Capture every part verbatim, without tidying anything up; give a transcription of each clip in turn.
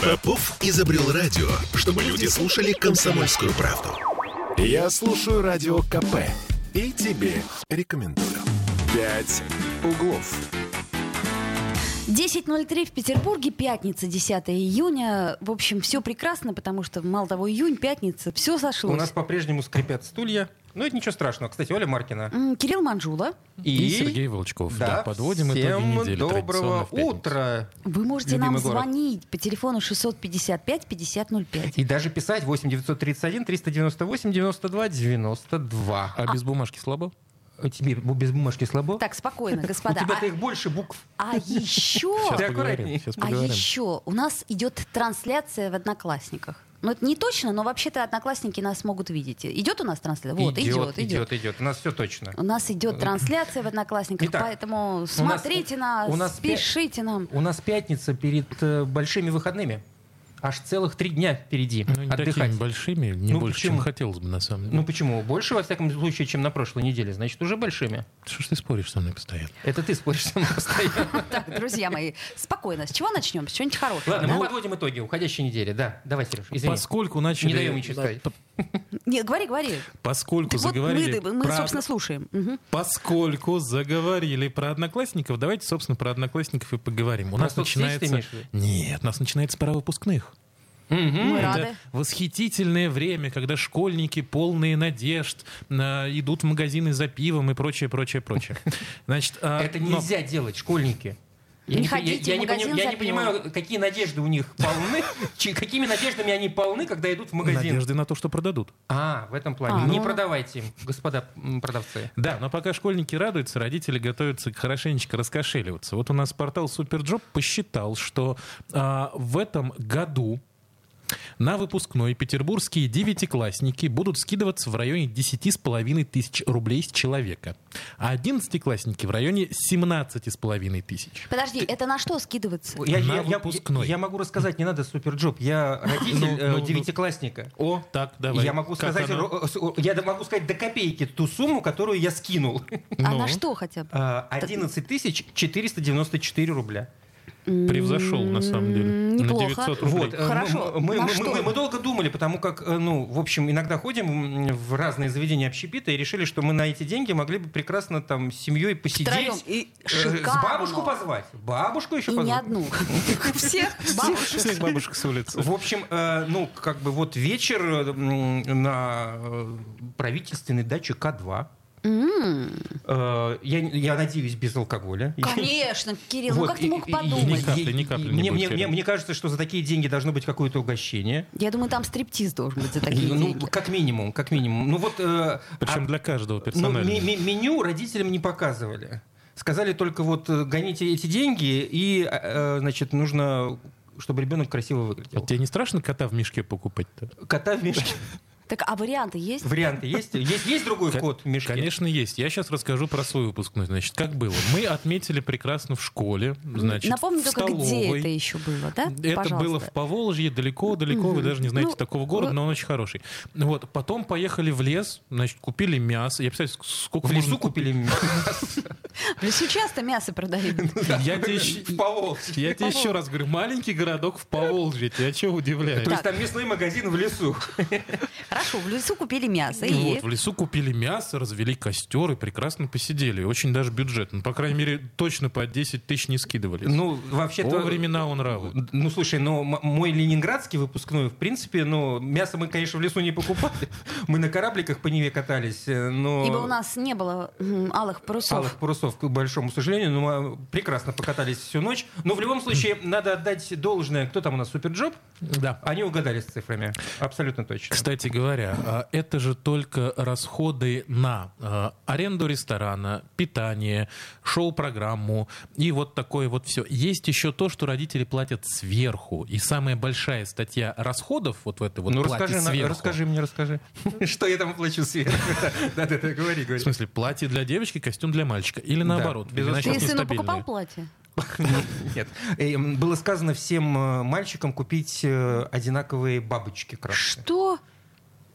Попов изобрел радио, чтобы люди слушали комсомольскую правду. Я слушаю Радио КП и тебе рекомендую. «Пять углов». десять ноль три в Петербурге, пятница, десятое июня. В общем, все прекрасно, потому что, мало того, июнь, пятница, все сошлось. У нас по-прежнему скрипят стулья. Ну, это ничего страшного. Кстати, Оля Маркина. М, Кирилл Манжула. И, И Сергей Волчков. Да, Да, подводим итоги всем недели. доброго традиционно в пятницу. утра. Вы можете Любимый нам город. звонить по телефону шестьсот пятьдесят пять пятьдесят ноль пять. И даже писать восемь девятьсот тридцать один триста девяносто восемь девяносто два девяносто два. А без бумажки слабо? Тебе без бумажки слабо? Так, спокойно, У господа. тебя-то А, их больше букв. а еще... Сейчас Ты поговорим. аккуратней. Сейчас А поговорим. еще у нас идет трансляция в Одноклассниках. Ну, это не точно, но вообще-то Одноклассники нас могут видеть. Идет у нас трансляция? Вот, идет, идет. идет, идет. У нас все точно. У нас идет трансляция в Одноклассниках, Итак, поэтому смотрите нас, у нас пя- пишите нам. У нас пятница перед э, большими выходными. Аж целых три дня впереди. Ну, не Отдыхать. такими большими, не Ну, больше, почему? чем хотелось бы, на самом деле. Ну почему? Больше, во всяком случае, чем на прошлой неделе. Значит, уже большими. Что ж ты споришь со мной постоянно? Это ты споришь со мной постоянно. Так, друзья мои, спокойно. С чего начнем? С чего-нибудь хорошего. Ладно, да? мы подводим итоги уходящей недели. Да, давай, Сереж, извини. Поскольку начали... Не даем ничего Да, сказать. п- Нет, говори, говори. Поскольку Так вот заговорили... мы, мы, про- собственно, слушаем. Мгм. Поскольку заговорили про одноклассников, давайте, собственно, про одноклассников и поговорим. У Про нас соцсети ты начинается... имеешь в виду? Нет, у нас начинается пора выпускных. Мы рады. Это восхитительное время, когда школьники, полные надежд, а, идут в магазины за пивом и прочее, прочее, прочее. Значит, а, Это но- нельзя делать, школьники. Я Не не, ходите я, в не, магазин поним- я за не пивом. понимаю, какие надежды у них полны, чи- какими надеждами они полны, когда идут в магазин. Надежды на то, что продадут. А, в этом плане. А, не ну. продавайте им, господа м, продавцы. Да, но пока школьники радуются, родители готовятся хорошенечко раскошеливаться. Вот у нас портал Суперджоп посчитал, что а, в этом году на выпускной петербургские девятиклассники будут скидываться в районе десять с половиной тысяч рублей с человека, а одиннадцатиклассники в районе семнадцать с половиной тысяч. Подожди, это на что скидываться? Я, На я- я- выпускной. я могу рассказать, не надо суперджоп. Я родитель Ну, э, ну, ну. девятиклассника. О, Так, давай. я могу Как сказать, оно? ро- с- о, я могу сказать до копейки ту сумму, которую я скинул. А Ну, на что хотя бы? А, одиннадцать тысяч четыреста девяносто четыре рубля. превзошел, на самом деле, М, на неплохо. девятьсот рублей. Вот, э, Хорошо. Мы, мы- На мы- что? мы- мы долго думали, потому как, э, ну, в общем, иногда ходим м, в разные заведения общепита и решили, что мы на эти деньги могли бы прекрасно там с семьей посидеть. Втроем. И э, шикарно. С бабушку позвать. Бабушку еще И не позвать. одну. Всех бабушек. Всех бабушек с улицы. В общем, э, ну, как бы вот вечер э, м, на э, правительственной даче К два. Э, я, я надеюсь, без алкоголя. Конечно, Кирилл, ну Вот, как ты и- мог и- и- подумать? Ни капли, ни капли не мне, будет, мне, Кирилл. мне, мне кажется, что за такие деньги должно быть какое-то угощение. Я думаю, там стриптиз должен быть за такие Ну, деньги. как минимум, как минимум. Ну вот, э, Причем а- для каждого ну, персонально. ме- ме- меню родителям не показывали. Сказали только вот э, гоните эти деньги и, э, значит, нужно, чтобы ребенок красиво выглядел. Вот тебе не страшно кота в мешке покупать-то? Кота в мешке. Так, а варианты есть? Варианты есть? Есть, есть другой кот в мешке? Конечно, есть. Я сейчас расскажу про свой выпускной. Значит, как было? Мы отметили прекрасно в школе. Значит, Напомню в только, где столовой. это еще было, да? Это Пожалуйста. было в Поволжье, далеко-далеко, вы даже не знаете Ну, такого города, ну- но он очень хороший. Вот, потом поехали в лес, значит, купили мясо. Я представляю, сколько В можно лесу купить. купили мясо. В лесу часто мясо продают. Я тебе еще- В Поволжье. я тебе еще раз говорю, маленький городок в Поволжье. Тебя что удивляет? То есть там мясной магазин в лесу. Хорошо, в лесу купили мясо. Ну И вот, в лесу купили мясо, развели костер и прекрасно посидели. Очень даже бюджетно. Ну, по крайней мере, точно по десять тысяч не скидывались. Ну, вообще-то... О, времена он нравы. Ну, слушай, ну, м- мой ленинградский выпускной, в принципе, ну, мясо мы, конечно, в лесу не покупали. Мы на корабликах по Неве катались, э, но... ибо у нас не было м, алых парусов. Алых парусов, к большому сожалению, но мы прекрасно покатались всю ночь. Но в любом случае, надо отдать должное. Кто там у нас, Суперджоп? Да. Они угадали с цифрами. Абсолютно точно. Кстати говоря, а, это же только расходы на а, аренду ресторана, питание, шоу-программу и вот такое вот все. Есть еще то, что родители платят сверху. И самая большая статья расходов вот в этой вот Ну, плате расскажи, на- сверху. расскажи мне, расскажи. Что я там плачу сверху? Да-да-да, говори, В говори. смысле, платье для девочки, костюм для мальчика. Или наоборот. безусловно. времена Ты сейчас сыну нестабильные. покупал платье? Нет. Э, Было сказано всем э, мальчикам купить э, одинаковые бабочки красные. Что?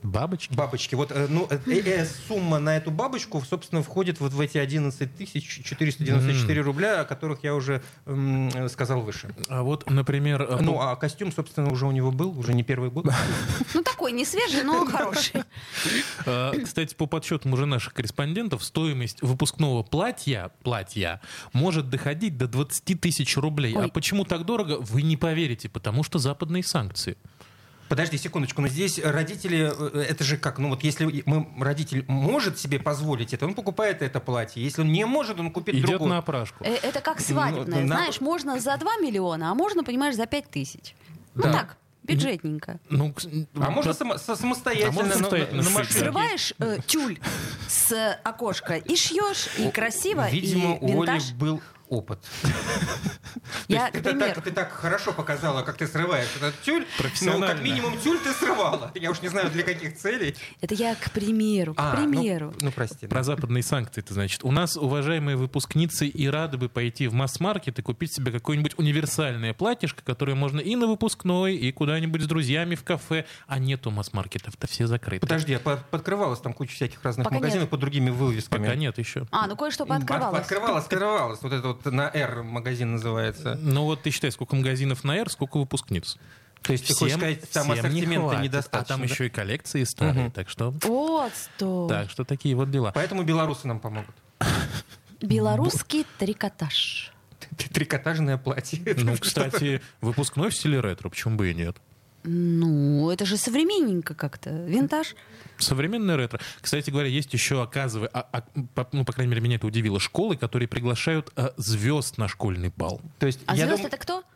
Бабочки? Бабочки. Вот, э, ну, э, э, сумма на эту бабочку, собственно, входит вот в эти одиннадцать тысяч четыреста девяносто четыре рубля, о которых я уже м, сказал выше. А вот, например... Ну, а костюм, собственно, уже у него был, уже не первый год. Ну, такой не свежий, но хороший. Кстати, по подсчетам уже наших корреспондентов, стоимость выпускного платья, платья может доходить до двадцать тысяч рублей. Ой. А почему так дорого, вы не поверите, потому что западные санкции. Подожди секундочку, но здесь родители, это же как, ну вот если мы, родитель может себе позволить это, он покупает это платье. Если он не может, он купит Идет другое. на опрашку. Э, Это как свадебное. Ну, на- Знаешь, можно за два миллиона, а можно, понимаешь, за пять тысяч. Ну Да. так, бюджетненько. Ну, к- А можно да- само- со- самостоятельно, А можно на- самостоятельно на, шить, машинке. да. Срываешь э, тюль с окошка и шьешь, и красиво, Видимо, и у Оли винтаж. был опыт. Я, То есть к ты, так, примеру. ты так хорошо показала, как ты срываешь этот тюль. Ну, Профессионально. как минимум тюль ты срывала. Я уж не знаю, для каких целей. Это я к примеру, к А, ну, примеру. Ну, прости. Про западные санкции, это значит. У нас, уважаемые выпускницы, и рады бы пойти в масс-маркет и купить себе какое-нибудь универсальное платьишко, которое можно и на выпускной, и куда-нибудь с друзьями в кафе. А нету масс-маркетов-то, все закрыты. Подожди, а под- подкрывалась там куча всяких разных Пока магазинов нет. под другими вывесками. Пока нет еще. А, ну кое-что Под- пооткрывалось. Подкрывалась, открывалась. Вот это вот на R магазин называется. Ну вот ты считай, сколько магазинов на R, сколько выпускниц. То есть ты хочешь сказать, там всем не ассортимента хватит. недостаточно. А там да? еще и коллекции старые, Мгм. так что... Вот что. Так что такие вот дела. Поэтому белорусы нам помогут. Белорусский трикотаж. Трикотажное платье. Ну, кстати, выпускной в стиле ретро, почему бы и нет? Ну, это же современненько как-то. Винтаж. Современное ретро. Кстати говоря, есть еще, оказывается, а- а, по- ну, по крайней мере, меня это удивило, школы, которые приглашают а, звезд на школьный бал. То есть, А я звезд дум- это кто?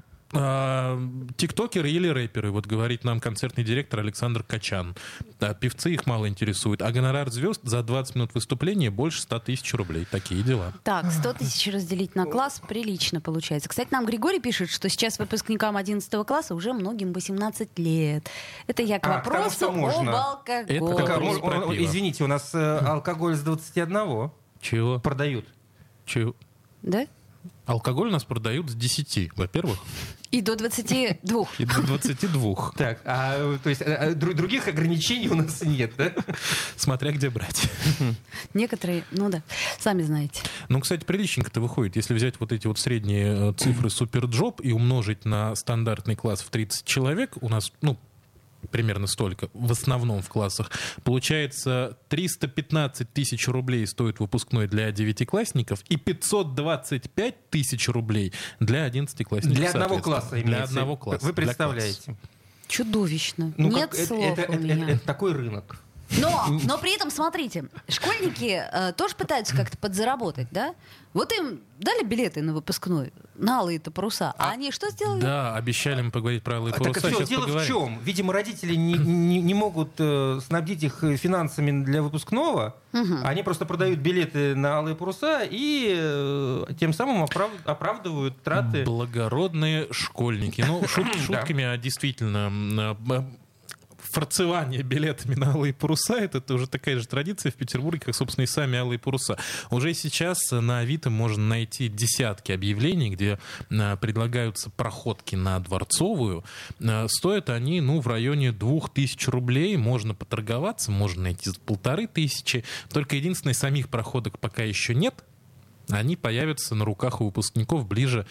А, тиктокеры или рэперы, вот говорит нам концертный директор Александр Качан. А, певцы их мало интересуют, а гонорар звезд за двадцать минут выступления больше ста тысяч рублей. Такие дела. Так, сто тысяч разделить на класс прилично получается. Кстати, нам Григорий пишет, что сейчас выпускникам одиннадцатого класса уже многим восемнадцать лет. Это я к А, потому вопросу что можно. об алкоголе. Это Так, а, вопрос мож- про он- пиво. извините, у нас э, алкоголь с двадцати одного Чего? продают. Чего? Да? Алкоголь у нас продают с десяти, во-первых, И до двадцати двух. и до двадцати двух. Так, а то есть э, дру- других ограничений у нас нет, да? Смотря где брать. Некоторые, ну да, сами знаете. Ну, кстати, приличненько-то выходит. Если взять вот эти вот средние э, цифры суперджоп и умножить на стандартный класс в тридцать человек, у нас, ну, примерно столько, в основном в классах, получается триста пятнадцать тысяч рублей стоит выпускной для девятиклассников и пятьсот двадцать пять тысяч рублей для одиннадцатиклассников. Для одного соответственно. класса Для имеется. одного класса. Вы для представляете? класса. Чудовищно. Ну, Нет как- это- слов это, у это- меня. это- это такой рынок. Но, но при этом, смотрите, школьники э, тоже пытаются как-то подзаработать, да? Вот им дали билеты на выпускной, на алые-то паруса, а, они что сделали? Да, обещали мы поговорить про алые Так паруса, всё, сейчас дело поговорим. в чем? Видимо, родители не, не- не могут э, снабдить их финансами для выпускного. Они просто продают билеты на алые паруса и э, тем самым оправ- оправдывают траты. Благородные школьники. Ну, шутки шутками, а действительно, м, а, фарцевание билетами на алые паруса — это уже такая же традиция в Петербурге, как, собственно, и сами алые паруса. Уже сейчас на Авито можно найти десятки объявлений, где а, предлагаются проходки на Дворцовую. А, стоят они, ну, в районе двух тысяч рублей. Можно поторговаться, можно найти за полторы тысячи. Только единственное, самих проходок пока еще нет. Они появятся на руках у выпускников ближе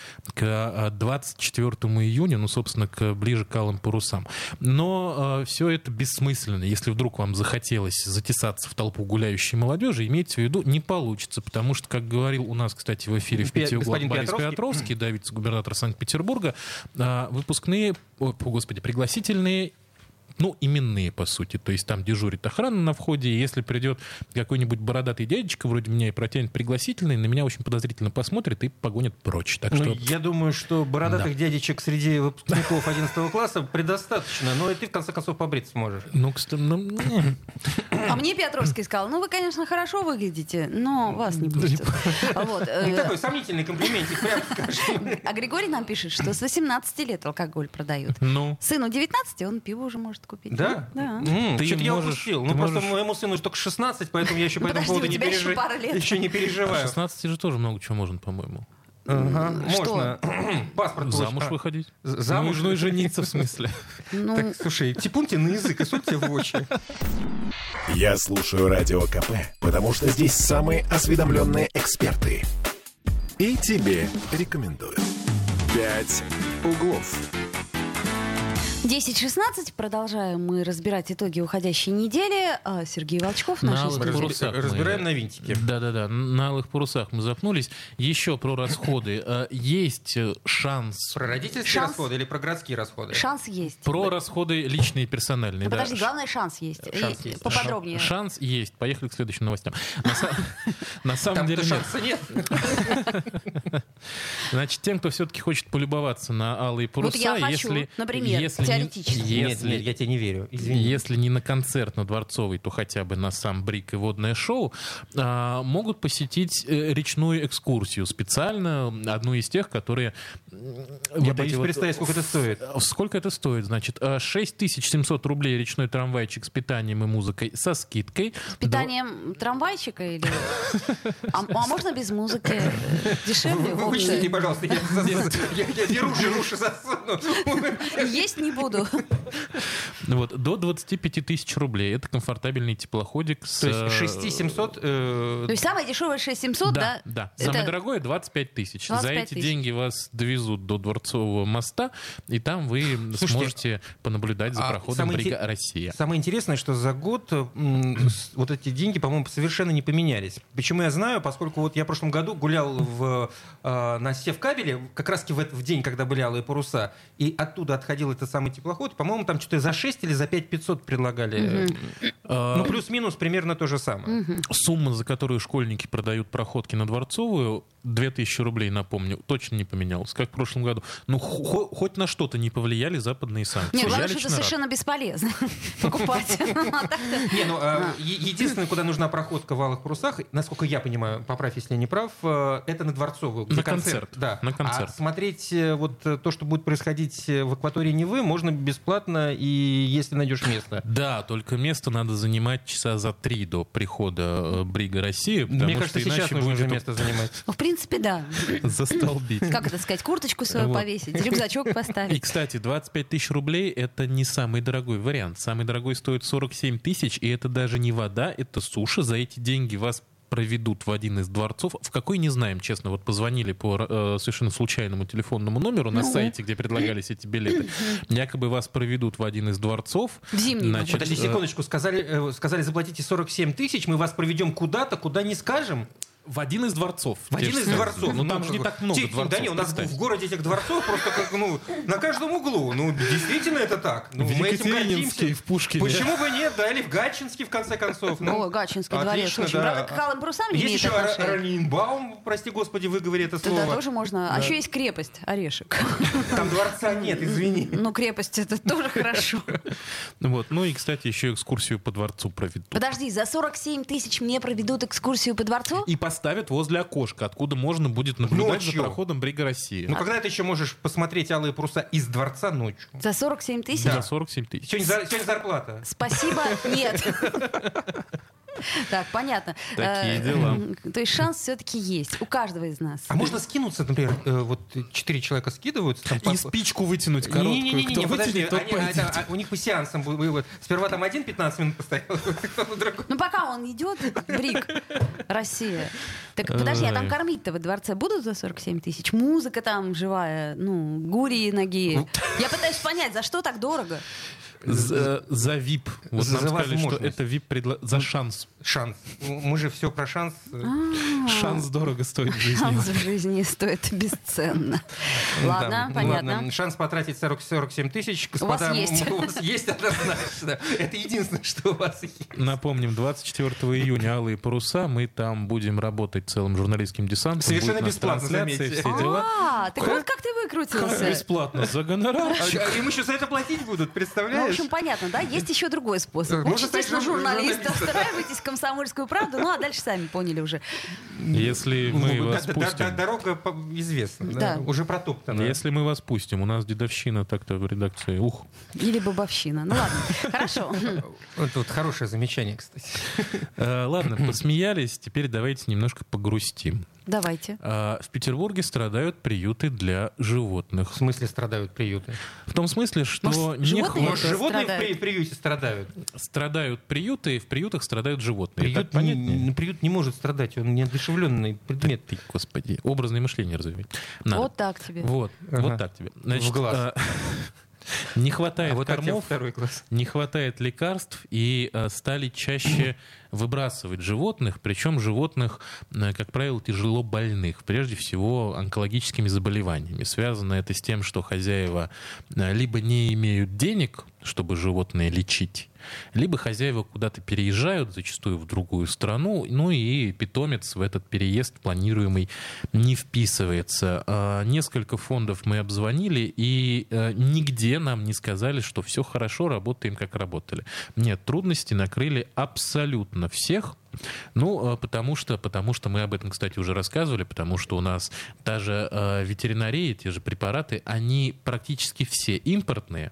к двадцать четвёртому июня, ну, собственно, к, ближе к алым парусам. Но э, все это бессмысленно. Если вдруг вам захотелось затесаться в толпу гуляющей молодежи, имейте в виду, не получится, потому что, как говорил у нас, кстати, в эфире в Пе- Пятигорске господин Борис Петровский. Петровский, да, вице-губернатор Санкт-Петербурга, э, выпускные, о, господи, пригласительные, ну, именные, по сути. То есть там дежурит охрана на входе, и если придет какой-нибудь бородатый дядечка вроде меня и протянет пригласительный, на меня очень подозрительно посмотрит и погонит прочь. Так Ну, что... я думаю, что бородатых Да. дядечек среди выпускников одиннадцатого класса предостаточно, но и ты, в конце концов, побриться сможешь. Ну, кстати, ну, не. А мне Петровский сказал, ну вы, конечно, хорошо выглядите, но вас не пустят. Вот, э, Ну, такой сомнительный комплиментик, прям скажем. А Григорий нам пишет, что с восемнадцати лет алкоголь продают. Ну, Сыну девятнадцати, он пиво уже может купить. Да? Да. М, Ты Что-то я можешь- упустил. ты Ну, просто можешь- моему сыну только шестнадцать, поэтому я еще по этому Подожди, поводу у не тебя еще переживаю. пара лет. Еще не а переживаю. шестнадцати же тоже много чего можно, по-моему. Ага, Что? можно. Паспорт Замуж получить. А, выходить? Замуж? Ну, и жениться, в смысле. Ну, Так, слушай, типуньте на язык и суньте в очи. Я слушаю Радио КП, потому что здесь самые осведомленные эксперты. И тебе рекомендую. «Пять углов». десять шестнадцать. Продолжаем мы разбирать итоги уходящей недели. А, Сергей Волчков, На наш алых историк. парусах мы- Разбираем на винтики. Да-да-да, на алых парусах мы запнулись. Еще про расходы. Э, Есть э, шанс... Про родительские Шанс. расходы или про городские расходы? Шанс есть. Про расходы личные и персональные. Ну, да. подожди, главное, шанс есть. Шанс И есть. Поподробнее. Шанс есть. Поехали к следующим новостям. На са- На самом Там-то деле нет. шанса нет. Значит, тем, кто все-таки хочет полюбоваться на алые паруса, я хочу, если, например, если не- теоретически. Нет, если- нет, я тебе не верю. Извини. Если не на концерт на Дворцовой, то хотя бы на сам брик и водное шоу, а, могут посетить э, речную экскурсию специально, одну из тех, которые... м, Я вот боюсь эти вот- представить, сколько это стоит. Сколько это стоит? Значит, э, шесть тысяч семьсот рублей речной трамвайчик с питанием и музыкой со скидкой. С питанием трамвайчика или... А, а можно без музыки? Э, Дешевле? Вы Вот, вычтите, э, пожалуйста, я я- я беру же уши засуну. Есть не буду. Вот, до двадцати пяти тысяч рублей. Это комфортабельный теплоходик с... То есть э, шесть тысяч семьсот... э, То есть самое дешевое шесть тысяч семьсот, да? Да, да. Это- Самое дорогое двадцать пять тысяч. За двадцать пять эти тысяч. деньги вас довезут до Дворцового моста, и там вы Слушайте, сможете понаблюдать за а проходом самое брига инте- «Россия». Самое интересное, что за год м, с- вот эти деньги, по-моему, совершенно не поменялись. Почему я знаю? Поскольку вот я в прошлом году гулял в, э, на Севкабеле, как раз в, этот- в день, когда были алые паруса, и оттуда отходил этот самый теплоход. По-моему, там что-то за шесть или за пять тысяч пятьсот предлагали. А, Ну, плюс-минус примерно то же самое. Сумма, за которую школьники продают проходки на Дворцовую, две тысячи рублей, напомню, точно не поменялась, как в прошлом году. Ну, хо- хоть на что-то не повлияли западные санкции. Нет, Я главное, что лично это рад. совершенно бесполезно покупать. А так-то- Не, ну, э, е- единственное, куда нужна проходка в алых парусах, насколько я понимаю, поправь, если я не прав, э, это на Дворцовую. На за концерт. Да. На концерт. А смотреть э, вот э, то, что будет происходить э, в акватории Невы, можно бесплатно, и если найдешь место. Да, только место надо занимать часа за три до прихода э, брига «России», потому Мне что кажется, сейчас иначе нужно будет уже место занимать. Ну, в принципе, да. застолбить. Как это сказать? Курточку свою Вот. повесить, рюкзачок И, поставить. кстати, двадцать пять тысяч рублей — это не самый дорогой вариант. Самый дорогой стоит сорок семь тысяч, и это даже не вода, это суши. За эти деньги вас проведут в один из дворцов. В какой, не знаем, честно. Вот позвонили по э, совершенно случайному телефонному номеру на сайте, где предлагались эти билеты. Якобы вас проведут в один из дворцов. В зимний. Значит, Подожди э, секундочку, сказали, э, сказали заплатите сорок семь тысяч, мы вас проведем куда-то, куда не скажем. в один из дворцов. В один Те из же дворцов. самые. Ну, там Ну, же не как- так много Тихо, дворцов. Да не, у нас представь. в городе этих дворцов просто как, ну, на каждом углу. Ну, действительно это так. Ну, В мы этим Екатерининске, гордимся. в Пушкине. Почему бы нет? Да, или в Гатчинске, в конце концов. Ну, Ой, Гатчинский дворец. отлично, Очень. да. Правда, к алым парусам не Есть имеет еще Ра- отношения. Раненбаум, прости господи, выговори это Туда слово. тоже можно. А Да. еще есть крепость, Орешек. Там дворца нет, извини. Ну, крепость это тоже хорошо. Вот. Ну и, кстати, еще экскурсию по дворцу проведут. Подожди, за сорок семь тысяч мне проведут экскурсию по дворцу? И поставят возле окошка, откуда можно будет наблюдать Ночью. за проходом брига «России». Ну, когда ты еще можешь посмотреть алые паруса из дворца ночью? За сорок семь тысяч? За сорок семь тысяч. Сегодня, зар- сегодня зарплата. Спасибо, нет. Так, понятно. Такие Э, дела. То есть шанс все-таки есть у каждого из нас. А можно скинуться, например, э, вот четыре человека скидываются? Там, И по- спичку вытянуть короткую. Не-не-не, Кто подожди, вытянет, тот они- пойдет. это- а, у них по сеансам будет. будет. Сперва там один пятнадцать минут постоял, кто-то другой. Ну, пока он идет, брик, Россия. Так подожди, а там Ой. кормить-то во дворце будут за сорок семь тысяч? Музыка там живая, ну, гури ноги. Я пытаюсь понять, за что так дорого? За, за вип. Вот За нам сказали, что возможность. это вип предла... за шанс. Шанс. Мы же все про шанс. Шанс дорого стоит в жизни. Шанс в жизни стоит бесценно. Да, Ладно, ну понятно. ладно. Шанс потратить сорок семь тысяч. У вас есть. У вас есть однозначно. Это единственное, что у вас есть. Напомним, двадцать четвёртого июня «Алые паруса». Мы там будем работать целым журналистским десантом. Совершенно Будет у нас бесплатно, трансляция, заметьте. все дела. А, так вот как ты Как выкрутился. бесплатно? За гонорар. А им еще за это платить будут, Ну, в представляешь? общем, понятно, да? Есть еще другой способ. Можно Учитесь стать на жур- журналиста, журналистом. встраивайтесь в «Комсомольскую правду», ну, а дальше сами поняли уже. Если мы Ну, вас да- да- да- пустим. Дорога по- известна, да, Да. уже протоптана. Если мы вас пустим, у нас дедовщина так-то в редакции. Ух. Или бабовщина. Ну, ладно. Хорошо. Вот, вот хорошее замечание, кстати. Э, Ладно, посмеялись. Теперь давайте немножко погрустим. Давайте. А, в Петербурге страдают приюты для животных. В смысле страдают приюты? В том смысле, что Может, не животные? хватает- Может, животные в страдают? при- приюте страдают? страдают приюты, и в приютах страдают животные. Приют Так понятнее? не, приют не может страдать, он неодушевленный предмет. Ты, господи, образное мышление развивать. Надо. Вот так тебе. Вот, Ага. вот так тебе. Значит, В глаз. а, не хватает А вот так тебе кормов, второй класс. не хватает лекарств, и а, стали чаще выбрасывать животных, причем животных, а, как правило, тяжело больных, прежде всего онкологическими заболеваниями. Связано это с тем, что хозяева а, либо не имеют денег, чтобы животное лечить, либо хозяева куда-то переезжают, зачастую в другую страну, ну и питомец в этот переезд планируемый не вписывается. А, Несколько фондов мы обзвонили, и а, нигде нам не сказали, что все хорошо, работаем как работали. Нет, трудности накрыли абсолютно всех. Ну, а, потому что, потому что мы об этом, кстати, уже рассказывали, потому что у нас даже а, ветеринария, те же препараты, они практически все импортные,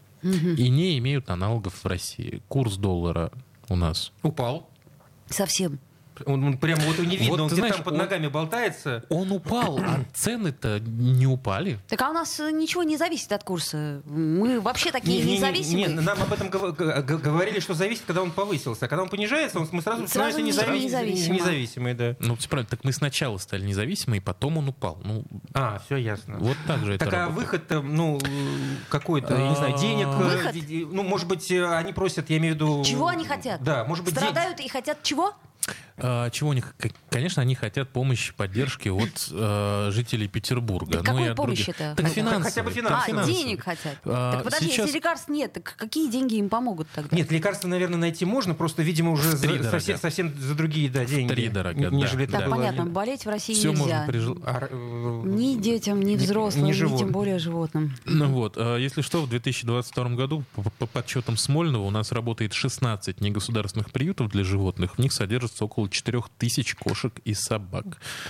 и не имеют аналогов в России. Курс доллара у нас Упал. Совсем. Он, он прямо вот не видно, Вот, он ты где знаешь, там под он- ногами болтается. он упал, а цены-то не упали. Так а у нас э, ничего не зависит от курса. Мы вообще такие Не- не- не- независимые. не, нам об этом гов- г- г- говорили, что зависит, когда он повысился. А когда он понижается, он, мы сразу, Сразу становимся не- незави- независимо. независимые. Да. Ну, все правильно. Так мы сначала стали независимы, и потом он упал. Ну, А, все ясно. вот так же это Так а работает. выход-то, ну, какой-то, я не знаю, денег. э, Выход? ди- ди- Ну, может быть, э, они просят, я имею в виду... Чего они хотят? Да, может быть, день- Страдают и хотят чего? А, чего они, к- конечно, они хотят помощи, поддержки от э, жителей Петербурга. Так ну, какой и от других. помощи-то Так хотят? финансовой. Хотя бы так финансовой. А, финансовой. денег хотят. А, Так подожди, сейчас- если лекарств нет, так какие деньги им помогут тогда? Нет, лекарства, наверное, найти можно, просто, видимо, уже за- Втридорога. совсем, совсем за другие, да, деньги. Втридорога, н- Нежели да, это Так, было. понятно, болеть в России Все нельзя. можно прижил. А, э, Ни детям, ни Не- взрослым, не ни животным. тем более животным. Ну вот, а если что, в две тысячи двадцать втором году по, по подсчетам Смольного у нас работает шестнадцать негосударственных приютов для животных. В них содержится около четырех тысяч кошек и собак.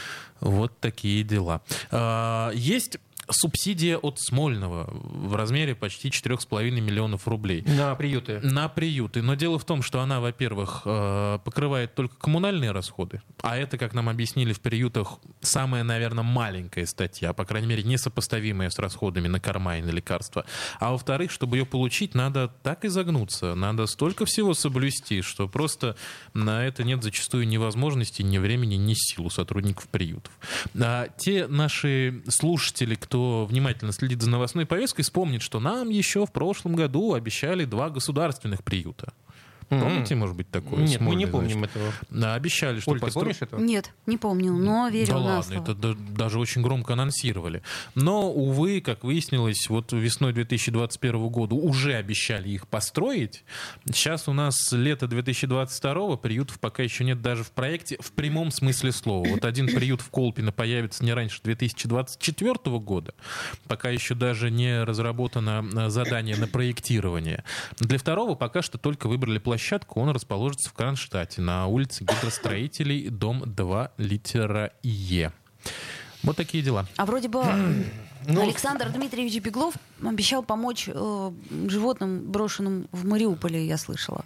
Вот такие дела. А, Есть субсидия от Смольного в размере почти четыре с половиной миллионов рублей. на приюты. На приюты. Но дело в том, что она, во-первых, э, покрывает только коммунальные расходы, а это, как нам объяснили в приютах, самая, наверное, маленькая статья, по крайней мере, несопоставимая с расходами на корма и на лекарства. А во-вторых, чтобы ее получить, надо так изогнуться, надо столько всего соблюсти, что просто на это нет зачастую ни возможности, ни времени, ни сил у сотрудников приютов. А те наши слушатели, кто внимательно следит за новостной повесткой, вспомнит, что нам еще в прошлом году обещали два государственных приюта. Помните, может быть, такое? Нет, мы не Смольный, помним значит. этого. Да, обещали, что Оль, ты постро- помнишь этого? Нет, не помню, но верю Да на ладно, слово. это да- даже очень громко анонсировали. Но, увы, как выяснилось, вот весной две тысячи двадцать первого года уже обещали их построить. Сейчас у нас лето две тысячи двадцать второго, приютов пока еще нет даже в проекте в прямом смысле слова. Вот один приют в Колпино появится не раньше две тысячи двадцать четвёртого года. Пока еще даже не разработано а, задание на проектирование. Для второго пока что только выбрали площадку. Он расположен в Кронштадте на улице Гидростроителей, дом два, литера Е. Вот такие дела. А вроде бы Ну, Александр Дмитриевич Беглов обещал помочь э, животным, брошенным в Мариуполе, я слышала.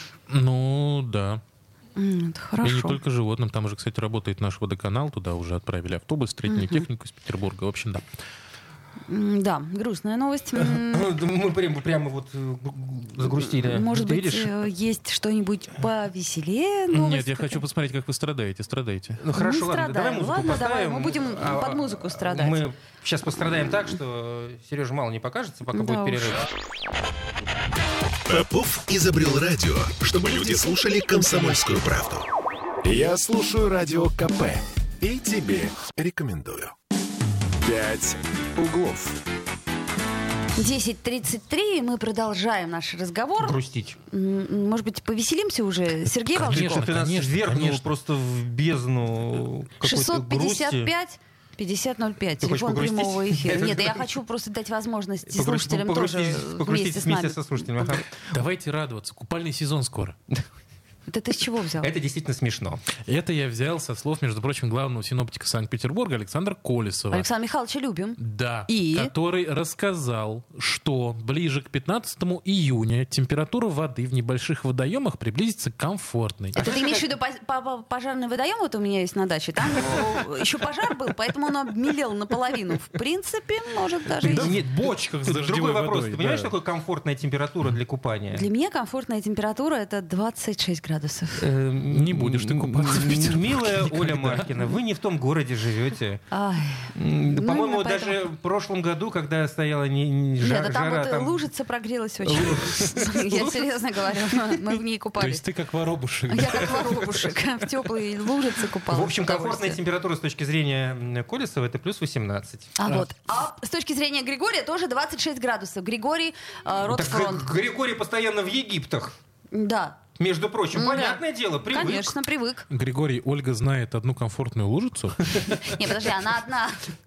Ну, да. М, это И хорошо. не только животным. Там же, кстати, работает наш водоканал. Туда уже отправили автобус, строительную технику из Петербурга. В общем, да. М, Да, грустная новость. М, Мы прямо, прямо вот э, загрустили. Может Ты быть, видишь? э, есть что-нибудь повеселее? Нет, новость я хочу какая? посмотреть, как вы страдаете. Страдаете. Ну хорошо, Мы ладно, давай страдаем. музыку Ладно, давай, поставим. мы будем А, под музыку страдать. Мы сейчас пострадаем так, что Сережа мало не покажется, пока Да будет уж. перерыв. Попов изобрел радио, чтобы люди слушали комсомольскую правду. Я слушаю радио КП и тебе рекомендую. «Пять углов». десять тридцать три, и мы продолжаем наш разговор. Грустить. М, Может быть, повеселимся уже? Сергей Конечно, Волчков? Ты нас конечно, ввергнул конечно. просто в бездну какой-то шестьсот пятьдесят грусти. пять пятьдесят ноль пять, Ты хочешь телефон погрустить? прямого эфира. Нет, да я хочу просто дать возможность Погрустить- слушателям тоже погрустить- погрустить вместе с вместе нами. со слушателями. Ага. Давайте радоваться. Купальный сезон скоро. Это ты с чего взял? Это действительно смешно. Это я взял со слов, между прочим, главного синоптика Санкт-Петербурга Александра Колесова. Александра Михайловича любим. Да. И? Который рассказал, что ближе к пятнадцатому июня температура воды в небольших водоемах приблизится к комфортной. Это ты имеешь в виду по- по- пожарный водоем? Вот у меня есть на даче. Там еще пожар был, поэтому он обмелел наполовину. В принципе, может даже... и- Да, нет, в бочках с Другой дождевой вопрос. водой. Ты понимаешь, да. что такое комфортная температура для купания? Для меня комфортная температура — это двадцать шесть градусов. Эм, Не будешь ты купаться в Петербурге Милая никогда. Оля Маркина, вы не в том городе живете. Ай. М, Ну, По-моему, именно даже поэтому- в прошлом году, когда стояла не, не жа- Нет, а там жара, вот там... лужица прогрелась очень. Я серьезно говорю, мы в ней То купались. есть ты как воробушек. Я как воробушек в теплой лужице купалась. В общем, с комфортная удовольствием. температура с точки зрения м, Колесова — это плюс восемнадцать. А вот. А с точки зрения Григория тоже двадцать шесть градусов. Григорий э, Ротфронт. Так Г- Григорий постоянно в Египтах. Да. Между прочим, Ну да. понятное дело, привык. Конечно, привык. Григорий, Ольга знает одну комфортную лужицу. Не, подожди, она одна.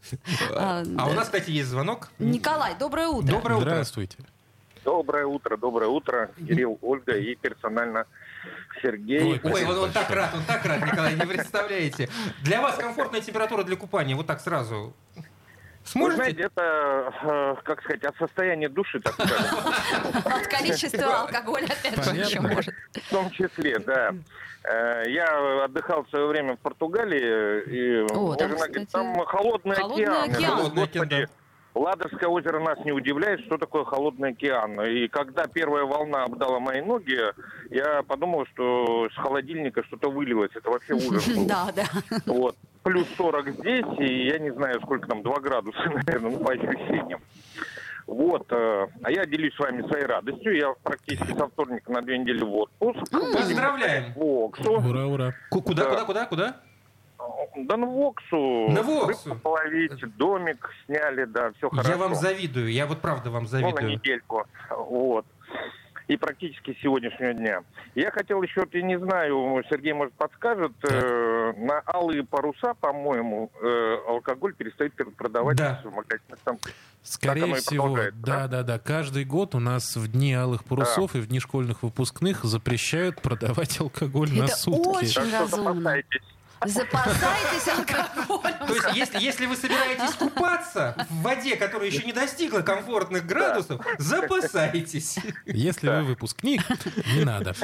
А, А у нас, кстати, есть звонок. Николай, доброе утро. Доброе утро. Здравствуйте. Доброе утро, доброе утро. Кирилл, Ольга и персонально Сергей. Ой, Ой, он, он так рад, он так рад, Николай, не представляете. Для вас комфортная температура для купания, вот так сразу. Вы Сможете? знаете, это, э, как сказать, от состояния души, так скажем, От количества алкоголя, опять же, еще Понятно. может. в том числе, да. Э, Я отдыхал в свое время в Португалии, и О, моя там, жена говорит, кстати, там холодный холодный океан. Я океан. говорю, Холодный океан, Господи, Ладожское озеро нас не удивляет, что такое холодный океан. И когда первая волна обдала мои ноги, я подумал, что с холодильника что-то вылилось. Это вообще ужас был. Да, да. Вот. Плюс сорок здесь, и я не знаю, сколько там, два градуса, наверное, ну, по ощущениям. Вот. э, А я делюсь с вами своей радостью. Я практически со вторника на две недели в отпуск. Поздравляем. В Оксу. Ура, ура. Ку- Куда, Да. куда, куда, куда? Да ну в Оксу. На Воксу. Рыбку половить, домик сняли, да, все хорошо. Я вам завидую, я вот правда вам Ну, на завидую. недельку. Вот. И практически с сегодняшнего дня. Я хотел еще, вот, я не знаю, Сергей, может, подскажет, э, на алые паруса, по-моему, э, алкоголь перестает продавать Да. в магазинах. Там Так Скорее оно и всего, продолжается, да, да? да, да. Каждый год у нас в дни алых парусов и в дни школьных выпускных запрещают продавать алкоголь на Это сутки. очень Так что разумно. запасайтесь. Запасайтесь алкоголем. То есть, если, если вы собираетесь купаться в воде, которая еще не достигла комфортных градусов, запасайтесь. Если вы выпускник, не надо.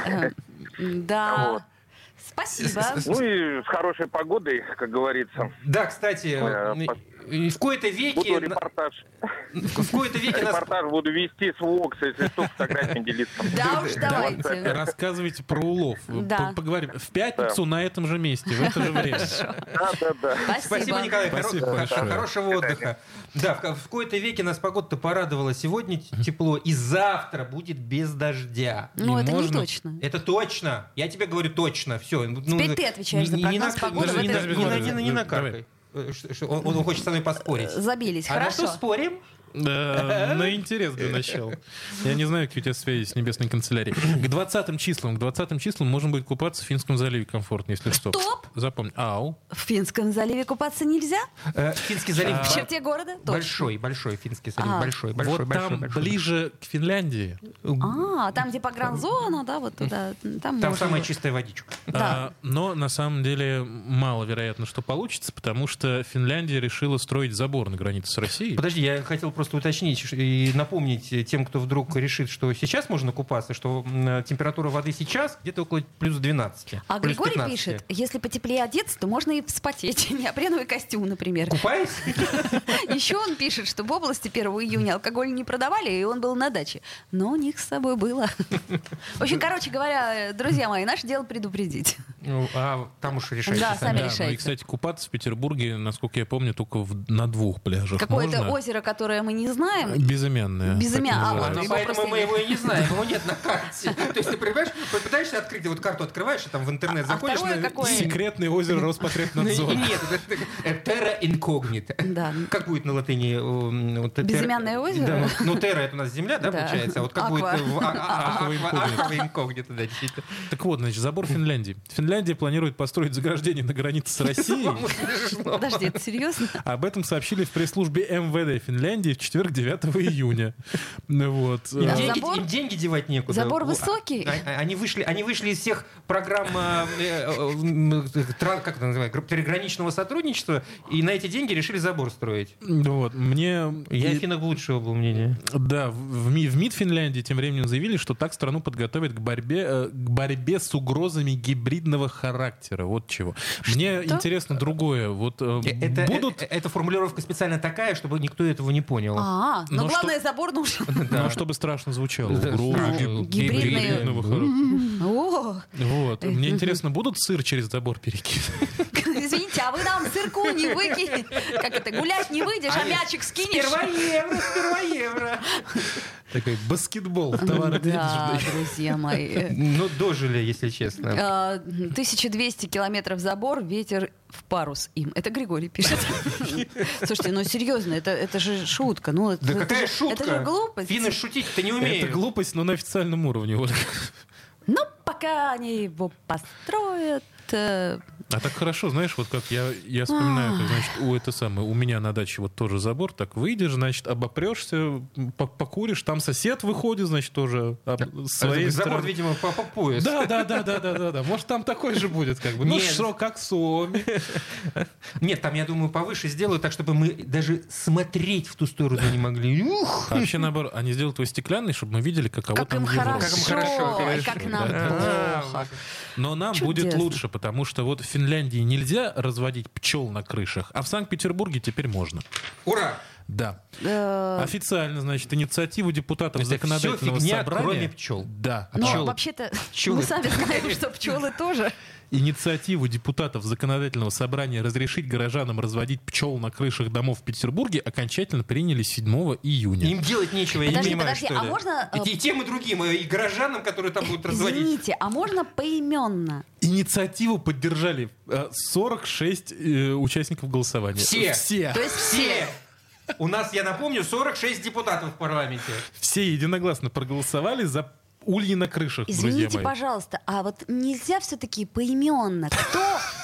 Да. Вот. Спасибо. Ну и с хорошей погодой, как говорится. Да, кстати, Э, и в кои-то Буду веки, репортаж. в кои-то веки нас... Репортаж буду вести с Вокса, если что, фотографиями делиться. Да уж, давайте. Рассказывайте про улов. Да. П- Поговорим. В пятницу на этом же месте, в это же время. Да, да, да. Спасибо, Спасибо. Николай. Спасибо хоро- большое. Хорошего отдыха. Да, в, в кои-то веке нас погода-то порадовала. Сегодня т- тепло, и завтра будет без дождя. Ну, И это не можно- точно. Это точно. Я тебе говорю точно. Все. Ну, Теперь ты отвечаешь за прогноз погоды в не, этой не, городе. не, не, не Давай. накаркай. Э, что- что, Он, он хочет со мной поспорить. Забились. А на что Хорошо. спорим? Да, на интерес для начала. Я не знаю, какие у тебя связи с небесной канцелярией. К двадцатым числам, к двадцатым числам можно будет купаться в Финском заливе комфортно, если что. Стоп! Запомни. Ау. В Финском заливе купаться нельзя? Э, Финский залив В ба- черте города? Точно. большой, большой Финский залив, А. большой, большой, Вот большой, там большой. ближе к Финляндии. А, там, где погранзона, да, вот туда. Там, Там можно самая было. чистая водичка. Да. А, но на самом деле маловероятно, что получится, потому что Финляндия решила строить забор на границе с Россией. Подожди, я хотел просто уточнить ш- и напомнить тем, кто вдруг решит, что сейчас можно купаться, что м, температура воды сейчас где-то около плюс двенадцати. А плюс Григорий пятнадцати. пишет, если потеплее одеться, то можно и вспотеть. Неопреновый костюм, например. Купаюсь? Еще он пишет, что в области первого июня алкоголь не продавали, и он был на даче. Но у них с собой было. В общем, короче говоря, друзья мои, наше дело предупредить. Ну, а там уж решайте Да, сами. сами Да, ну и, решайте. кстати, купаться в Петербурге, насколько я помню, только в- на двух пляжах. Какое-то можно. озеро, которое мы не знаем. Безымянное. Безымя- так а, называется. вот, Ну, его поэтому просто мы нет. его и не знаем, его нет на карте. То есть ты понимаешь, пытаешься открыть, вот карту открываешь, и там в интернет А заходишь. второе на- какое? и- Секретное озеро Ну, и- Роспотребнадзора. Нет, это э, terra incognita. Да. Как будет на латыни? м, вот, ter- Безымянное озеро? Да, ну, ну, terra это у нас земля, да, Да. получается? А вот как Аква. будет в- а- а- а- Аква аква- incognita. аква incognita, да, действительно. Так вот, значит, забор Финляндии. Финляндия Финляндия планирует построить заграждение на границе с Россией. Подожди, это серьезно? Об этом сообщили в пресс-службе эм вэ дэ Финляндии в четверг, девятого июня. Вот. Им, Да, деньги, забор- им деньги девать некуда. забор А- высокий? а- а- Они вышли, они вышли из всех программ э, э, э, тра- как это называется, переграничного сотрудничества, и на эти деньги решили забор строить. Вот. Мне... Я и- о финнах лучшего был мнения. Да, в, в МИ- в МИД Финляндии тем временем заявили, что так страну подготовят к борьбе, э, к борьбе с угрозами гибридного характера. Вот чего. Мне интересно другое. Вот э, Это, будут... э- эта формулировка специально такая, чтобы никто этого не понял. А, но Но главное, что- забор нужен. Ну, чтобы страшно звучало. Да, Угрозы страшно. гиб- Гибридные. гибридного характера. О, Вот. Мне интересно, будут сыр через забор перекидывать? извините, а вы нам сырку не выкинете? Как это, гулять не выйдешь, а мячик скинешь? Сперва евро, сперва евро. Такой баскетбол, товар. Да, друзья мои. Ну, дожили, если честно. А, тысяча двести километров забор, ветер в парус им. Это Григорий пишет. Слушайте, ну серьезно, это, это же шутка. Ну, это, Да это какая же, шутка? Это же глупость. Финны шутить-то не умеют. Это глупость, но на официальном уровне, Ольга. Ну, пока они его построят... э, А так хорошо, знаешь, вот как я, я вспоминаю, как, значит, у это самое, у меня на даче вот тоже забор, так выйдешь, значит, обопрешься, по- покуришь, там сосед выходит, значит, тоже об- с своей Забор, стороны. видимо, по, по пояс. Да, да, да, да, да, да, да. Может, там такой же будет, как бы. Ну Нет. что, как Соми. Нет, там, я думаю, повыше сделают так, чтобы мы даже смотреть в ту сторону не могли. Ух! А вообще, наоборот, они сделают его стеклянный, чтобы мы видели, каково Как там им в Европе. хорошо, Как им хорошо, и конечно, как нам да. плохо. Но нам Чудесно. будет лучше, потому что вот в Финляндии нельзя разводить пчел на крышах, а в Санкт-Петербурге теперь можно. Ура! Да. Э, Официально, значит, инициативу депутатов То есть это законодательного всё фигня, собрания... кроме пчел. Да. Но пчелы- вообще-то пчелы. мы сами знаем, что пчелы тоже. Инициативу депутатов законодательного собрания разрешить горожанам разводить пчел на крышах домов в Петербурге окончательно приняли седьмого июня. Им делать нечего, я не Подожди, понимаю, подожди, что а это. можно, э, И, и тем, и другим, и горожанам, которые там будут разводить. Извините, а можно поименно? Инициативу поддержали э, сорок шесть э, участников голосования. Все. Все. То есть Все! У нас, я напомню, сорок шесть депутатов в парламенте. Все единогласно проголосовали за ульи на крышах, Извините, друзья мои. пожалуйста, а вот нельзя все-таки поименно? Кто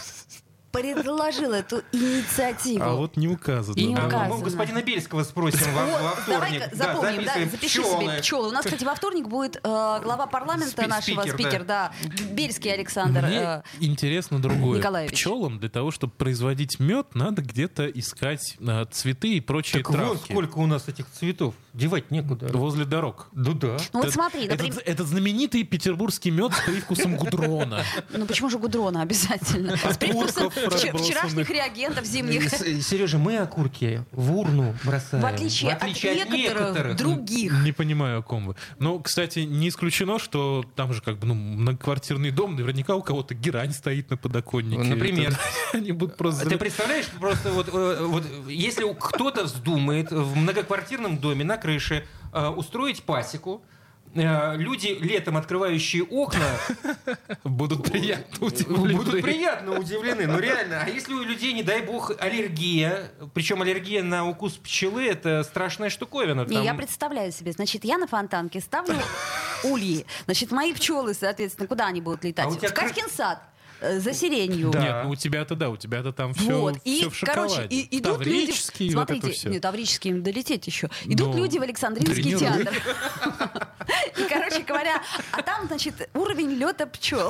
предложил эту инициативу? А вот не указано. Не А, указано. мы господина Бельского спросим во, во Вот, вторник. давай-ка запомним, да, записываем запиши пчелы. себе пчелы. У нас, кстати, во вторник будет э, глава парламента Спи- нашего, спикер, спикер, да, Бельский Александр. Мне э, интересно другое. Николаевич. Пчелам для того, чтобы производить мед, надо где-то искать э, цветы и прочие Так вон травки. сколько у нас этих цветов. Девать некуда. Возле дорог. Ну да. Ну вот Это- смотри, это, например... это знаменитый петербургский мед с привкусом гудрона. Ну почему же гудрона обязательно? С привкусом Окурков вчера- разбросанных. вчерашних реагентов зимних. Сережа, мы окурки в урну бросаем. В отличие, от, некоторых, других. Не понимаю, о ком вы. Но, кстати, не исключено, что там же как бы ну, многоквартирный дом, наверняка у кого-то герань стоит на подоконнике. Например. Это- Они будут просто... Ты представляешь, просто вот, э, вот если кто-то вздумает в многоквартирном доме на крыше э, устроить пасеку, э, люди, летом открывающие окна, будут приятно удивлены. будут приятно удивлены. Ну реально, а если у людей, не дай бог, аллергия, причем аллергия на укус пчелы, это страшная штуковина. Не, Там- я представляю себе. Значит, я на фонтанке ставлю ульи. Значит, мои пчелы, соответственно, куда они будут летать? А у тебя В Катькин сад. э, За сиренью. Да. Нет, ну у тебя-то да, у тебя-то там все, Вот. И, все в шоколаде. короче, и, идут люди... Таврический, вот это Смотрите, все. нет, Таврический им долететь еще. Идут Ну, люди в Александринский тренируй. театр. И, короче говоря, а там, значит, уровень лета пчел.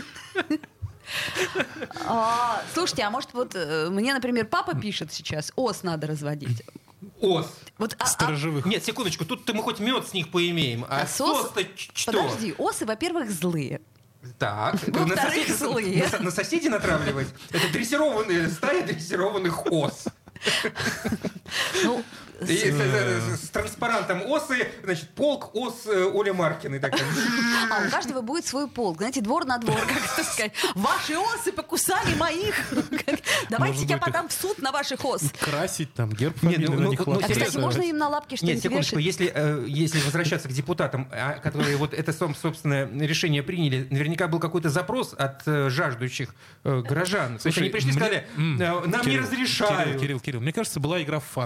А, Слушайте, а может вот э, мне, например, папа пишет сейчас, ос надо разводить. Ос. Вот, а- а- Сторожевых. Нет, секундочку, тут мы хоть мед с них поимеем, а, А сос- сос-то ч- что? Подожди, осы, во-первых, злые. Так, на Во-вторых, соседей, злые. на, на соседей натравливать? Это дрессированные, стая дрессированных ос. Ну, И с, с- с транспарантом осы, значит, полк ос э, Оля Маркиной. Так, а у каждого будет свой полк. Знаете, двор на двор, как это сказать. Ваши осы покусали моих. Давайте Может я быть, подам в суд на ваших ос. Красить там герб Не, фамилии ну, на ну, них ну, А, лапки кстати, интересно. можно ставить. им на лапки Нет, что-нибудь секундочку, вешать? если, э, если возвращаться к депутатам, а, которые вот это, соб- собственное решение приняли, наверняка был какой-то запрос от э, жаждущих э, горожан. То есть Слушай, они пришли и мне- сказали, М, э, нам не Кирилл, разрешают. Кирилл, Кирилл, Кирилл, мне кажется, была игра в фанты.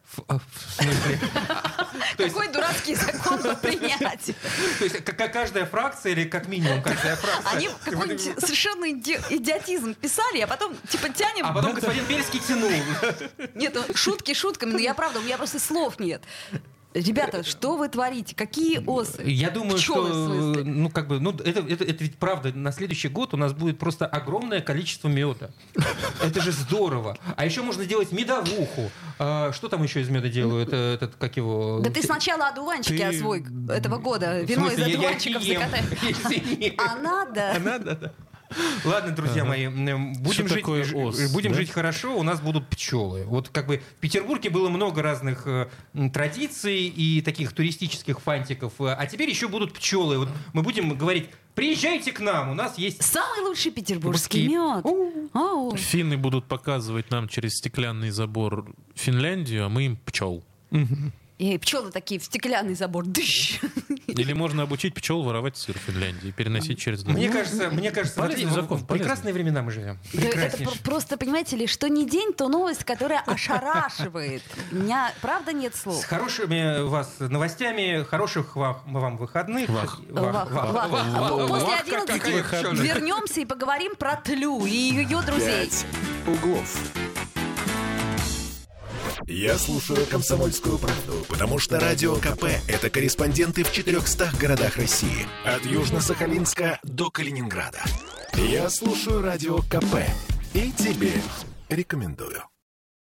В, в смысле? Какой дурацкий закон по принятию. То есть как каждая фракция или как минимум каждая фракция? Они какой-нибудь совершенно идиотизм писали, а потом типа тянем... А потом господин Бельский тянул. Нет, шутки шутками, но я правда, у меня просто слов нет. Ребята, что вы творите? Какие осы? Я думаю, Пчелы, что, в смысле. ну, как бы, ну, это, это, это ведь правда, на следующий год у нас будет просто огромное количество меда. Это же здорово. А еще можно сделать медовуху. А, что там еще из меда делают? Этот, как его... Да ты сначала одуванчики Ты- освой этого года. Вино из В смысле, я- я одуванчиков не ем, закатай. если не- А надо? А надо, да. Ладно, друзья мои, м, будем, Что жить, такое ж- ос, будем да? жить хорошо, у нас будут пчелы. Вот как бы в Петербурге было много разных э, м, традиций и таких туристических фантиков, э, а теперь еще будут пчелы. Вот мы будем говорить, приезжайте к нам, у нас есть... Самый лучший петербургский Петербургский. мед. Ау. Финны будут показывать нам через стеклянный забор Финляндию, а мы им пчел. И пчелы такие в стеклянный забор. Дыщ. Или можно обучить пчел воровать сыр в Финляндии и переносить через дорогу. Мне кажется, мне кажется, Полезный вот, закон, в прекрасные полезный. времена мы живем. Да это Прекраснейшие. пр- просто, понимаете ли, что не день, то новость, которая ошарашивает. У меня, правда, нет С слов. хорошими вас новостями, хороших вам, вам выходных. Вах. Вах, вах, вах. А после Вах, как- одиннадцати какие пчелы. вернемся и поговорим про тлю и ее друзей. «Пять углов». Я слушаю «Комсомольскую правду», потому что Радио КП — это корреспонденты в четырехстах городах России. От Южно-Сахалинска до Калининграда. Я слушаю Радио КП и тебе рекомендую.